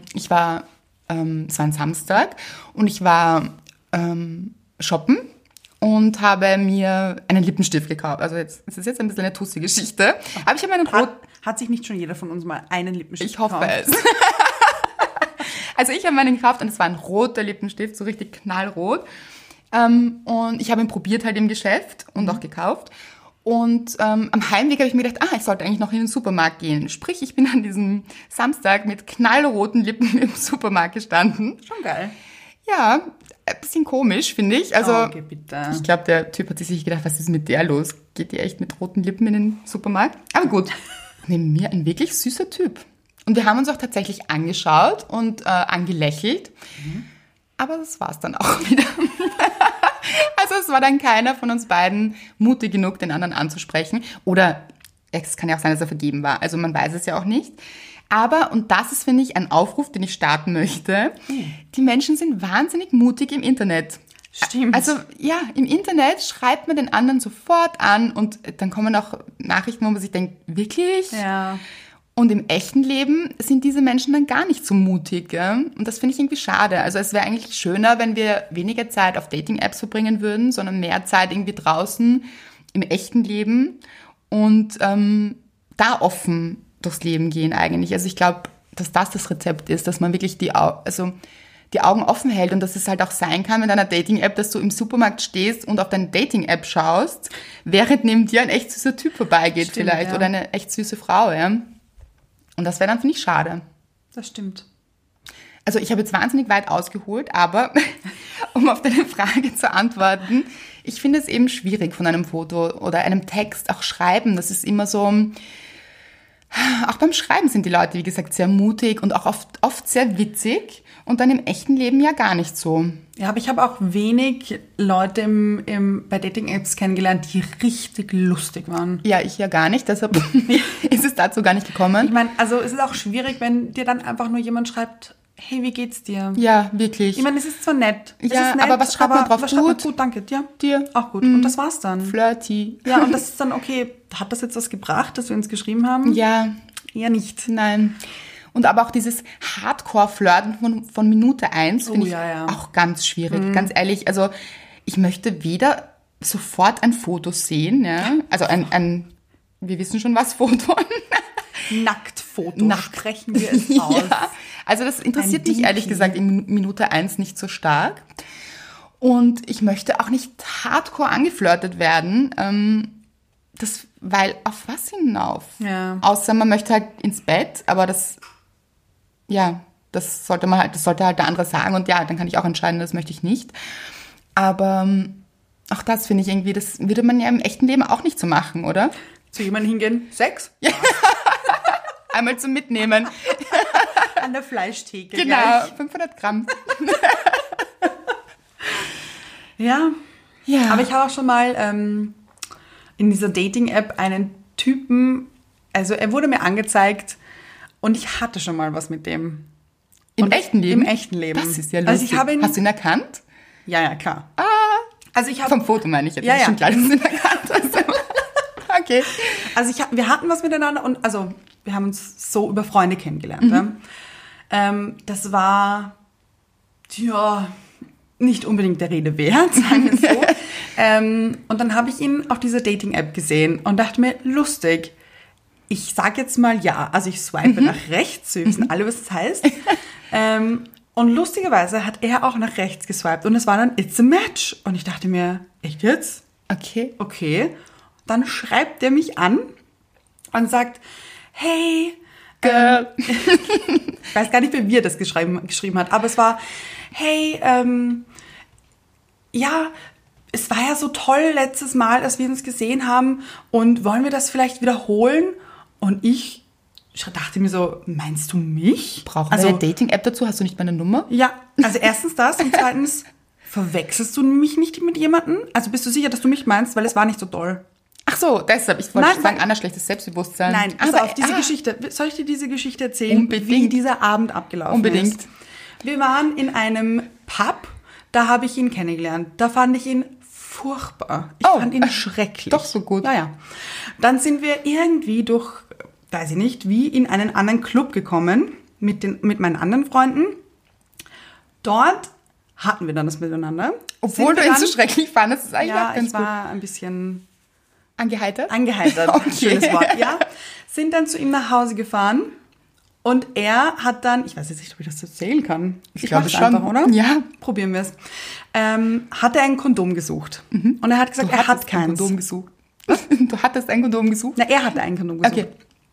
ein Samstag und ich war shoppen und habe mir einen Lippenstift gekauft. Also es ist jetzt ein bisschen eine Tussi-Geschichte. Aber ich habe einen Hat sich nicht schon jeder von uns mal einen Lippenstift gekauft? Ich hoffe es. Also ich habe meinen gekauft und es war ein roter Lippenstift, so richtig knallrot. Und ich habe ihn probiert halt im Geschäft und auch gekauft. Und am Heimweg habe ich mir gedacht, ich sollte eigentlich noch in den Supermarkt gehen. Sprich, ich bin an diesem Samstag mit knallroten Lippen im Supermarkt gestanden. Schon geil. Ja, ein bisschen komisch, finde ich. Also, okay, bitte. Ich glaube, der Typ hat sich gedacht, was ist mit der los? Geht die echt mit roten Lippen in den Supermarkt? Aber gut, neben mir ein wirklich süßer Typ. Und wir haben uns auch tatsächlich angeschaut und angelächelt. Aber das war es dann auch wieder. Also es war dann keiner von uns beiden mutig genug, den anderen anzusprechen. Oder es kann ja auch sein, dass er vergeben war. Also man weiß es ja auch nicht. Aber, und das ist, finde ich, ein Aufruf, den ich starten möchte, die Menschen sind wahnsinnig mutig im Internet. Stimmt. Also ja, im Internet schreibt man den anderen sofort an und dann kommen auch Nachrichten, wo man sich denkt, wirklich? Ja. Und im echten Leben sind diese Menschen dann gar nicht so mutig. Gell? Und das finde ich irgendwie schade. Also es wäre eigentlich schöner, wenn wir weniger Zeit auf Dating-Apps verbringen würden, sondern mehr Zeit irgendwie draußen im echten Leben und da offen durchs Leben gehen eigentlich. Also ich glaube, dass das Rezept ist, dass man wirklich die Augen offen hält und dass es halt auch sein kann mit einer Dating-App, dass du im Supermarkt stehst und auf deine Dating-App schaust, während neben dir ein echt süßer Typ vorbeigeht. Stimmt, vielleicht ja. Oder eine echt süße Frau. Ja. Und das wäre dann, finde ich, schade. Das stimmt. Also ich habe jetzt wahnsinnig weit ausgeholt, aber um auf deine Frage zu antworten, ich finde es eben schwierig von einem Foto oder einem Text, auch schreiben, das ist immer so. Auch beim Schreiben sind die Leute, wie gesagt, sehr mutig und auch oft sehr witzig und dann im echten Leben ja gar nicht so. Ja, aber ich habe auch wenig Leute bei Dating-Apps kennengelernt, die richtig lustig waren. Ja, ich ja gar nicht, deshalb ist es dazu gar nicht gekommen. Ich meine, also es ist auch schwierig, wenn dir dann einfach nur jemand schreibt, hey, wie geht's dir? Ja, wirklich. Ich meine, es ist zwar nett. Ja, aber was schreibt man drauf? Was schreibt man gut? Danke. Ja, dir. Auch gut. Und das war's dann. Flirty. Ja, und das ist dann, okay, hat das jetzt was gebracht, dass wir uns geschrieben haben? Ja. Eher nicht. Nein. Und aber auch dieses Hardcore-Flirten von Minute 1 finde ich auch ganz schwierig. Ganz ehrlich, also ich möchte weder sofort ein Foto sehen, ja? Also wir wissen schon was, Foto. Nacktfoto. Sprechen wir es aus. Ja, also das interessiert mich ehrlich gesagt in Minute 1 nicht so stark. Und ich möchte auch nicht hardcore angeflirtet werden. Weil auf was hinauf? Ja. Außer man möchte halt ins Bett, aber das sollte halt der andere sagen und ja, dann kann ich auch entscheiden, das möchte ich nicht. Aber auch das finde ich irgendwie, das würde man ja im echten Leben auch nicht so machen, oder? Zu jemandem hingehen, Sex? Ja. Einmal zum Mitnehmen. An der Fleischtheke. Genau, gleich. 500 Gramm. Ja. Ja. Aber ich habe auch schon mal in dieser Dating-App einen Typen, also er wurde mir angezeigt und ich hatte schon mal was mit dem. Im echten Leben? Im echten Leben. Das ist ja lustig. Also hast du ihn erkannt? Ja, klar. Also vom Foto meine ich jetzt. Ja, ist schon klar, dass du ihn erkannt hast. Okay. Also wir hatten was miteinander und also wir haben uns so über Freunde kennengelernt. Das war, nicht unbedingt der Rede wert, sagen wir so. Und dann habe ich ihn auf dieser Dating-App gesehen und dachte mir, lustig. Ich sage jetzt mal ja. Also ich swipe nach rechts, wir wissen alle, was das heißt. Und lustigerweise hat er auch nach rechts geswiped und es war dann It's a Match. Und ich dachte mir, echt jetzt? Okay. Dann schreibt er mich an und sagt, hey, Girl. ich weiß gar nicht, wie er das geschrieben hat, aber es war, hey, es war ja so toll letztes Mal, dass wir uns gesehen haben und wollen wir das vielleicht wiederholen? Und ich ich dachte mir so, meinst du mich? Brauchen wir eine Dating-App dazu? Hast du nicht meine Nummer? Ja, also erstens das und zweitens, verwechselst du mich nicht mit jemandem? Also bist du sicher, dass du mich meinst, weil es war nicht so doll. Ach so, deshalb. Ich wollte Nein, sagen, Anna, schlechtes Selbstbewusstsein. Nein, pass auf, diese Geschichte. Soll ich dir diese Geschichte erzählen, Unbedingt. wie dieser Abend abgelaufen Unbedingt. ist? Wir waren in einem Pub, da habe ich ihn kennengelernt. Da fand ich ihn furchtbar. Ich fand ihn schrecklich. Doch so gut. Ja. Dann sind wir irgendwie durch, weiß ich nicht, wie in einen anderen Club gekommen mit meinen anderen Freunden. Dort hatten wir dann das miteinander. Obwohl du ihn so schrecklich fandest, ist eigentlich Ja, auch ganz ich war ein bisschen angeheitert. angeheitert. Schönes Wort, ja. Sind dann zu ihm nach Hause gefahren und er hat dann, ich weiß jetzt nicht, ob ich das erzählen kann. Ich glaube mach's schon. einfach, oder? Ja. Probieren wir es. Hat er ein Kondom gesucht. Und er hat gesagt, er hat ein keins. Kondom gesucht. Du hattest ein Kondom gesucht? Na, er hatte ein Kondom gesucht. Okay.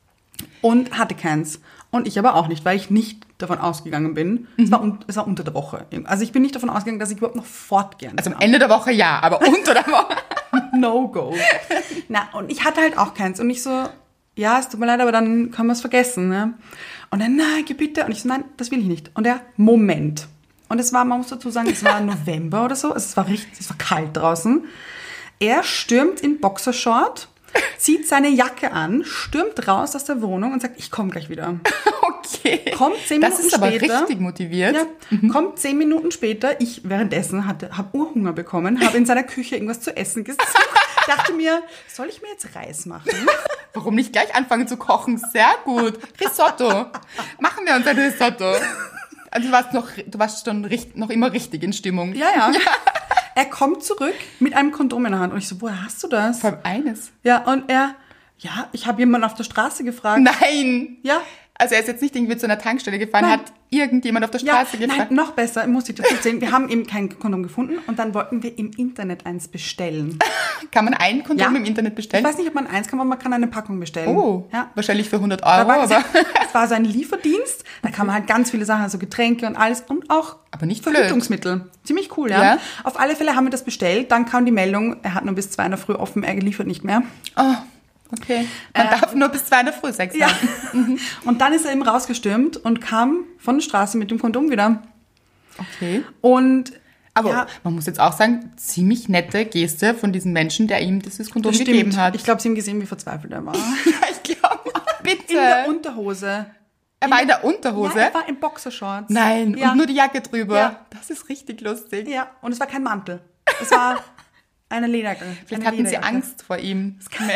Und hatte keins. Und ich aber auch nicht, weil ich nicht davon ausgegangen bin. Es war unter der Woche. Also ich bin nicht davon ausgegangen, dass ich überhaupt noch fortgehen Also am kann. Ende der Woche ja, aber unter der Woche. No-go. Na, und ich hatte halt auch keins. Und ich so, ja, es tut mir leid, aber dann können wir es vergessen. Ne? Und er, nein, geh bitte. Und ich so, nein, das will ich nicht. Und er, Moment. Und es war, man muss dazu sagen, es war November oder so. Es war kalt draußen. Er stürmt in Boxershort, zieht seine Jacke an, stürmt raus aus der Wohnung und sagt, ich komme gleich wieder. Okay. Kommt 10 Minuten Das ist aber später. richtig motiviert. Ja, kommt 10 Minuten später. Ich währenddessen habe Urhunger bekommen, habe in seiner Küche irgendwas zu essen gesucht. Dachte mir, soll ich mir jetzt Reis machen? Warum nicht gleich anfangen zu kochen? Sehr gut. Risotto. Machen wir uns ein Risotto. Also du warst schon noch immer richtig in Stimmung. Ja. Er kommt zurück mit einem Kondom in der Hand. Und ich so, woher hast du das? Vor allem eines. Ja, und er, ja, ich habe jemanden auf der Straße gefragt. Nein. Ja. Also er ist jetzt nicht irgendwie zu einer Tankstelle gefahren, Nein. hat irgendjemand auf der Straße gefragt. Nein, noch besser, muss ich dazu erzählen. Wir haben eben kein Kondom gefunden und dann wollten wir im Internet eins bestellen. Kann man ein Kondom Ja. im Internet bestellen? Ich weiß nicht, ob man eins kann, aber man kann eine Packung bestellen. Oh, Ja. wahrscheinlich für 100 Da Euro, war aber, es war so ein Lieferdienst, da kann man halt ganz viele Sachen, also Getränke und alles und auch aber nicht blöd. Verhütungsmittel. Ziemlich cool, ja. Ja. Auf alle Fälle haben wir das bestellt, dann kam die Meldung, er hat nur bis 2 in der Früh offen, er liefert nicht mehr. Oh, okay. Man darf nur bis 2 in der Früh Sex Ja. haben. Und dann ist er eben rausgestürmt und kam von der Straße mit dem Kondom wieder. Okay. Und Aber ja, man muss jetzt auch sagen, ziemlich nette Geste von diesem Menschen, der ihm dieses Kondom das gegeben stimmt. hat. Ich glaube, sie haben gesehen, wie verzweifelt er war. Ja, ich glaube, bitte. In der Unterhose. Er war in der Unterhose? Ja, er war in Boxershorts. Nein, Ja. und nur die Jacke drüber. Ja. Das ist richtig lustig. Ja, und es war kein Mantel. Es war eine Lederjacke. Vielleicht eine hatten sie Lederjacke. Angst vor ihm. Das kann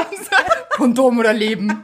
Kondom oder Leben.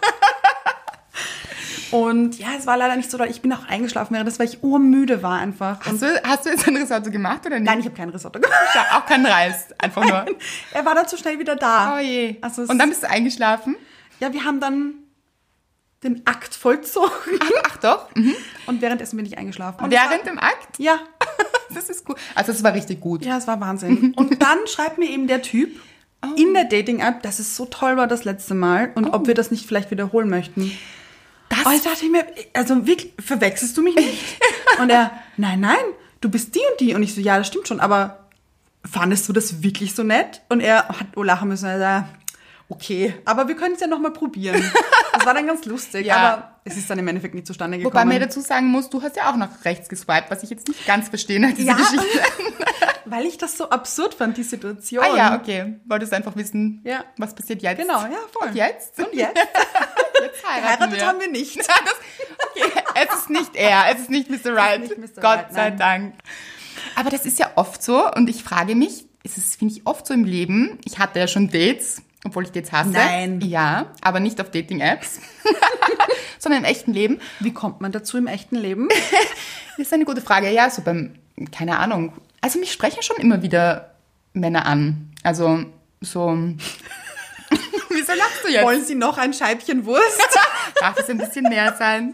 Und ja, es war leider nicht so doll. Ich bin auch eingeschlafen während das, weil ich urmüde war einfach. Und Hast du jetzt ein Risotto gemacht oder nicht? nein, ich habe kein Risotto gemacht. Ja, auch kein Reis. Einfach nur. Er war dann zu schnell wieder da. Oh je. Also es- Und dann bist du eingeschlafen? Ja, wir haben dann den Akt vollzogen. Ach doch. Mhm. Und währenddessen bin ich eingeschlafen. Und es Während dem Akt? war, ja, Das ist gut. Also es war richtig gut. ja, es war Wahnsinn. Und dann schreibt mir eben der Typ in der Dating-App, dass es so toll war das letzte Mal und ob wir das nicht vielleicht wiederholen möchten. Das Oh, ich dachte mir, also wirklich, verwechselst du mich nicht? Und er, nein, du bist die und die. Und ich so, ja, das stimmt schon, aber fandest du das wirklich so nett? Und er hat lachen müssen. Er sagt, okay, aber wir können es ja nochmal probieren. Das war dann ganz lustig, Ja. aber es ist dann im Endeffekt nicht zustande gekommen. Wobei man dazu sagen muss, du hast ja auch nach rechts geswiped, was ich jetzt nicht ganz verstehe, diese Ja. Geschichte. weil ich das so absurd fand, die Situation. Ah ja, okay. Wolltest einfach wissen, Ja. was passiert jetzt? Genau, ja, voll. Und jetzt? Und jetzt? Jetzt heiraten Geheiratet wir. haben wir nicht. Okay, es ist nicht er, es ist nicht Mr. Right. nicht Mr. Gott Right, sei nein. Dank. Aber das ist ja oft so und ich frage mich, ist es, finde ich, oft so im Leben, ich hatte ja schon Dates, obwohl ich Dates hasse. Nein. Ja, aber nicht auf Dating-Apps, sondern im echten Leben. Wie kommt man dazu im echten Leben? Das ist eine gute Frage. Ja, so keine Ahnung. Also mich sprechen schon immer wieder Männer an. Also so, wieso lachst du jetzt? Wollen Sie noch ein Scheibchen Wurst? Darf es ein bisschen mehr sein?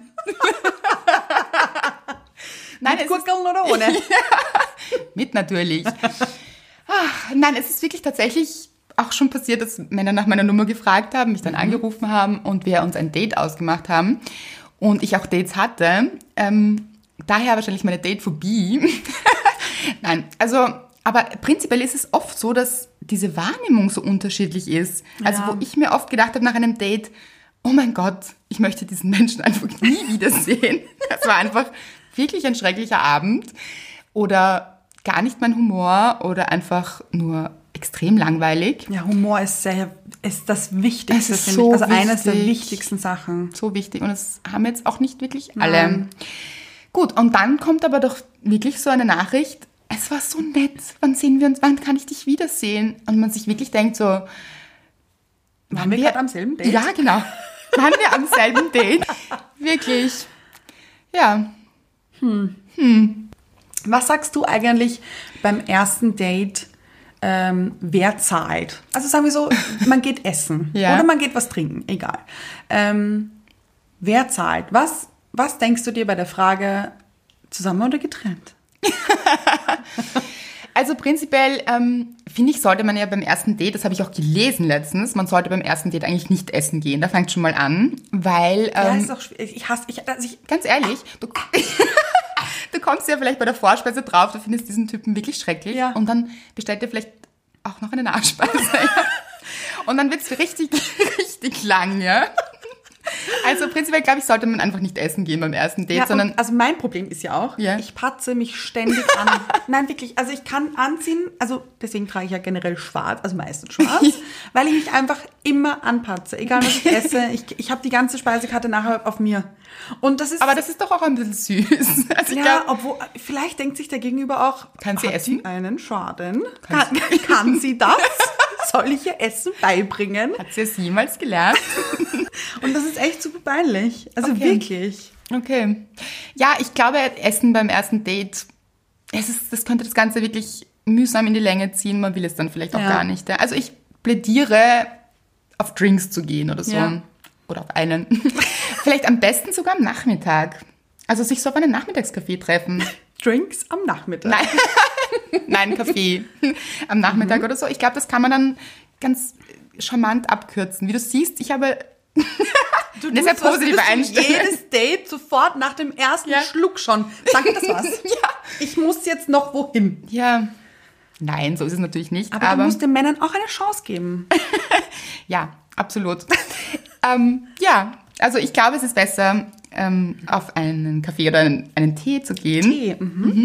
Nein, Mit Gurkeln oder ohne? Mit natürlich. Nein, es ist wirklich tatsächlich auch schon passiert, dass Männer nach meiner Nummer gefragt haben, mich dann angerufen haben und wir uns ein Date ausgemacht haben und ich auch Dates hatte. Daher wahrscheinlich meine Datephobie. Nein, also, aber prinzipiell ist es oft so, dass diese Wahrnehmung so unterschiedlich ist. Also Ja. wo ich mir oft gedacht habe nach einem Date, oh mein Gott, ich möchte diesen Menschen einfach nie wiedersehen. Das war einfach wirklich ein schrecklicher Abend. Oder gar nicht mein Humor oder einfach nur extrem langweilig. Ja, Humor ist das Wichtigste, Es ist finde ich. so Also eines der wichtig. wichtigsten Sachen. So wichtig. Und das haben jetzt auch nicht wirklich alle. Gut, und dann kommt aber doch wirklich so eine Nachricht, es war so nett, wann sehen wir uns, wann kann ich dich wiedersehen? Und man sich wirklich denkt so, Waren wir gerade am selben Date? Ja, genau. Waren wir am selben Date? Wirklich. Ja. Was sagst du eigentlich beim ersten Date, wer zahlt? Also sagen wir so, man geht essen Ja. oder man geht was trinken, egal. Wer zahlt? Was denkst du dir bei der Frage, zusammen oder getrennt? Also prinzipiell finde ich, sollte man ja beim ersten Date, das habe ich auch gelesen letztens, man sollte beim ersten Date eigentlich nicht essen gehen. Da fängt schon mal an, weil, Ja, ist auch schwierig. ganz ehrlich, du kommst ja vielleicht bei der Vorspeise drauf, du findest diesen Typen wirklich schrecklich Ja. und dann bestellt er vielleicht auch noch eine Nachspeise. Und dann wird's richtig, richtig lang, ja. Also prinzipiell, glaube ich, sollte man einfach nicht essen gehen beim ersten Date, Ja, sondern... und, also mein Problem ist ja auch, Ja. ich patze mich ständig an. Nein, wirklich. Also ich kann anziehen, also deswegen trage ich ja generell schwarz, also meistens schwarz, weil ich mich einfach immer anpatze. Egal, was ich esse, ich habe die ganze Speisekarte nachher auf mir. Und das ist... Aber das ist doch auch ein bisschen süß. Also ich ja, glaube, obwohl, vielleicht denkt sich der Gegenüber auch, Kann sie hat essen? sie einen Schaden? Kann sie das? Soll ich ihr Essen beibringen? hat sie es jemals gelernt? Und das ist echt super peinlich. Also Okay. wirklich. Okay. Ja, ich glaube, Essen beim ersten Date, das könnte das Ganze wirklich mühsam in die Länge ziehen. Man will es dann vielleicht auch Ja. gar nicht. Ja. Also ich plädiere, auf Drinks zu gehen oder so. Ja. Oder auf einen. Vielleicht am besten sogar am Nachmittag. Also sich so auf einen Nachmittagscafé treffen. Drinks am Nachmittag. Nein, Kaffee am Nachmittag oder so. Ich glaube, das kann man dann ganz charmant abkürzen. Wie du siehst, ich habe eine sehr positive Einstellung. Jedes Date sofort nach dem ersten Ja. Schluck schon. Danke, das war's. Ja. Ich muss jetzt noch wohin. Ja. Nein, so ist es natürlich nicht. Aber du musst den Männern auch eine Chance geben. Ja, absolut. Ja, also ich glaube, es ist besser, auf einen Kaffee oder einen Tee zu gehen. Tee,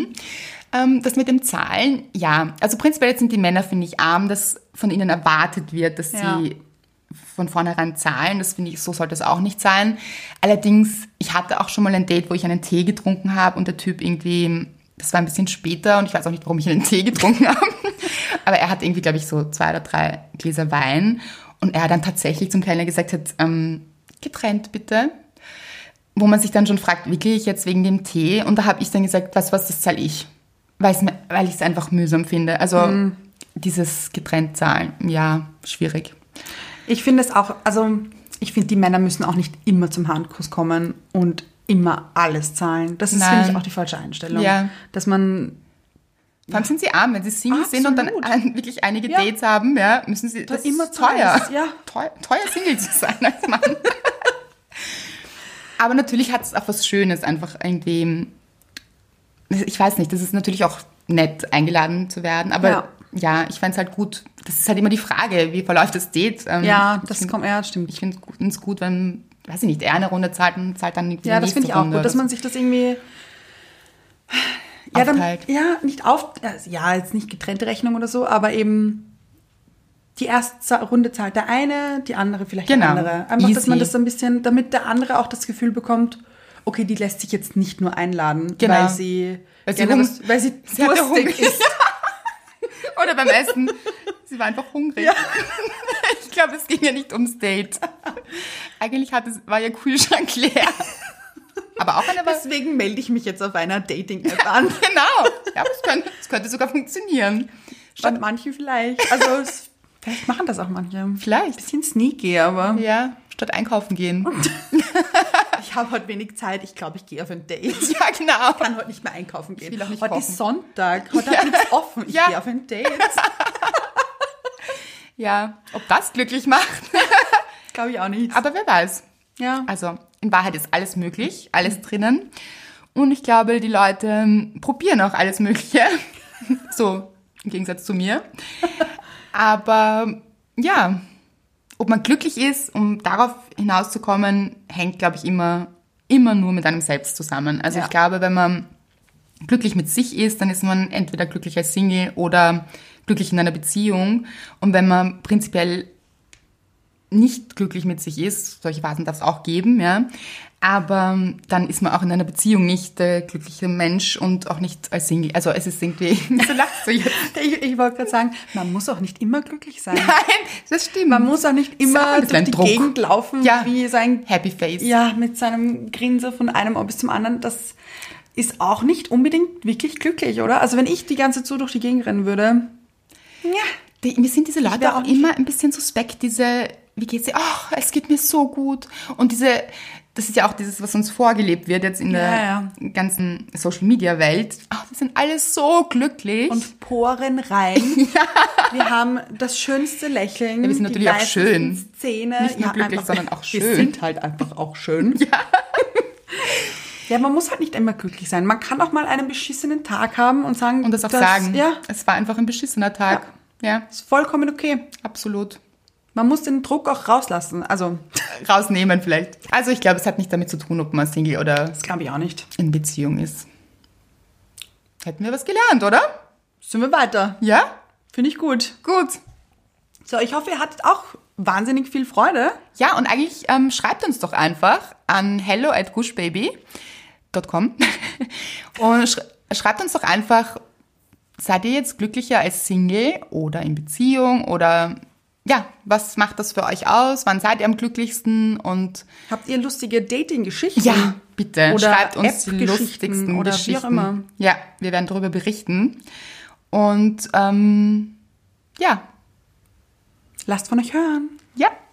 Das mit dem Zahlen, ja. Also prinzipiell sind die Männer, finde ich, arm, dass von ihnen erwartet wird, dass Ja. sie von vornherein zahlen. Das finde ich, so sollte es auch nicht sein. Allerdings, ich hatte auch schon mal ein Date, wo ich einen Tee getrunken habe und der Typ irgendwie, das war ein bisschen später und ich weiß auch nicht, warum ich einen Tee getrunken habe. Aber er hat irgendwie, glaube ich, so 2 oder 3 Gläser Wein und er dann tatsächlich zum Kellner gesagt hat, getrennt bitte. Wo man sich dann schon fragt, wirklich jetzt wegen dem Tee? Und da habe ich dann gesagt, was, das zahle ich. Weil ich es einfach mühsam finde. Also dieses getrennt zahlen, ja, schwierig. Ich finde es auch, also ich finde, die Männer müssen auch nicht immer zum Handkuss kommen und immer alles zahlen. Das ist, finde ich, auch die falsche Einstellung. Ja. Dass man, Vor allem sind sie arm, wenn sie Single sind und dann Absolut. wirklich einige Ja. Dates haben, ja, müssen sie, das immer ist teuer. zahlen, ja. Teuer Single zu sein als Mann. Aber natürlich hat es auch was Schönes, einfach irgendwie, ich weiß nicht, das ist natürlich auch nett, eingeladen zu werden, aber ja, ich fände es halt gut, das ist halt immer die Frage, wie verläuft das Date? ja, Ich das find- kommt, ja, stimmt. Ich finde es gut, wenn, weiß ich nicht, er eine Runde zahlt und zahlt dann die Ja, das nächste finde ich auch Runde gut, dass oder man sich das irgendwie ja, Aufteilt. nicht auf, ja, jetzt nicht getrennte Rechnung oder so, aber eben die erste Runde zahlt der eine, die andere vielleicht Genau. der andere. Einfach, dass man Easy. das so ein bisschen, damit der andere auch das Gefühl bekommt, okay, die lässt sich jetzt nicht nur einladen, Genau. weil sie Weil sie gerne Hunger- weil sie Sie hatte Hunger. durstig ist. Oder beim Essen. Sie war einfach hungrig. Ich glaube, es ging ja nicht ums Date. Eigentlich war ihr Kühlschrank leer. Aber auch eine Deswegen melde ich mich jetzt auf einer Dating-App an. Genau. Ja, das könnte sogar funktionieren. Statt manchen vielleicht. Also vielleicht machen das auch manche. Vielleicht. Bisschen sneaky, aber Ja, statt einkaufen gehen. ich habe heute wenig Zeit. Ich glaube, ich gehe auf ein Date. Ja, genau. Ich kann heute nicht mehr einkaufen gehen. will auch nicht heute kochen. ist Sonntag. Heute hat nichts offen. Ich Ja. gehe auf ein Date. Ja, ob das glücklich macht. Glaube ich auch nicht. Aber wer weiß. ja. Also, in Wahrheit ist alles möglich, alles drinnen. Und ich glaube, die Leute probieren auch alles Mögliche. So, im Gegensatz zu mir. Aber ja, ob man glücklich ist, um darauf hinauszukommen, hängt, glaube ich, immer nur mit einem selbst zusammen. Also ich glaube, wenn man glücklich mit sich ist, dann ist man entweder glücklich als Single oder glücklich in einer Beziehung. Und wenn man prinzipiell nicht glücklich mit sich ist, solche Phasen darf es auch geben, ja, aber dann ist man auch in einer Beziehung nicht der glückliche Mensch und auch nicht als Single. Also es ist irgendwie, so lachst du jetzt. Ich wollte gerade sagen, man muss auch nicht immer glücklich sein. Nein, das stimmt. Man muss auch nicht immer durch die Gegend laufen, wie sein Happy Face. Ja, mit seinem Grinser von einem Ohr bis zum anderen. Das ist auch nicht unbedingt wirklich glücklich, oder? Also wenn ich die ganze Zeit so durch die Gegend rennen würde, Mir sind diese Leute auch immer ein bisschen suspekt, wie geht's dir? Ach, es geht mir so gut. Und das ist ja auch dieses, was uns vorgelebt wird jetzt in der ganzen Social-Media-Welt. Ach, wir sind alle so glücklich. Und Poren rein. Wir haben das schönste Lächeln. Ja, wir sind natürlich auch schön. Zähne. Nicht nur glücklich, sondern auch schön. Wir sind halt einfach auch schön. Ja, man muss halt nicht immer glücklich sein. Man kann auch mal einen beschissenen Tag haben und sagen... Und das auch sagen. Ja. Es war einfach ein beschissener Tag. Ja. Ist vollkommen okay. Absolut. Man muss den Druck auch rauslassen, also... Rausnehmen vielleicht. Also ich glaube, es hat nicht damit zu tun, ob man Single oder... Das glaube ich auch nicht. ...in Beziehung ist. Hätten wir was gelernt, oder? Sind wir weiter? Ja? Finde ich gut. Gut. So, ich hoffe, ihr hattet auch wahnsinnig viel Freude. Ja, und eigentlich schreibt uns doch einfach an hello@gushbaby.com und schreibt uns doch einfach, seid ihr jetzt glücklicher als Single oder in Beziehung oder... Ja, was macht das für euch aus? Wann seid ihr am glücklichsten? Und habt ihr lustige Dating-Geschichten? Ja, bitte. Oder schreibt uns die lustigsten oder Geschichten. Wie auch immer. Ja, wir werden darüber berichten. Und ja. Lasst von euch hören. Ja.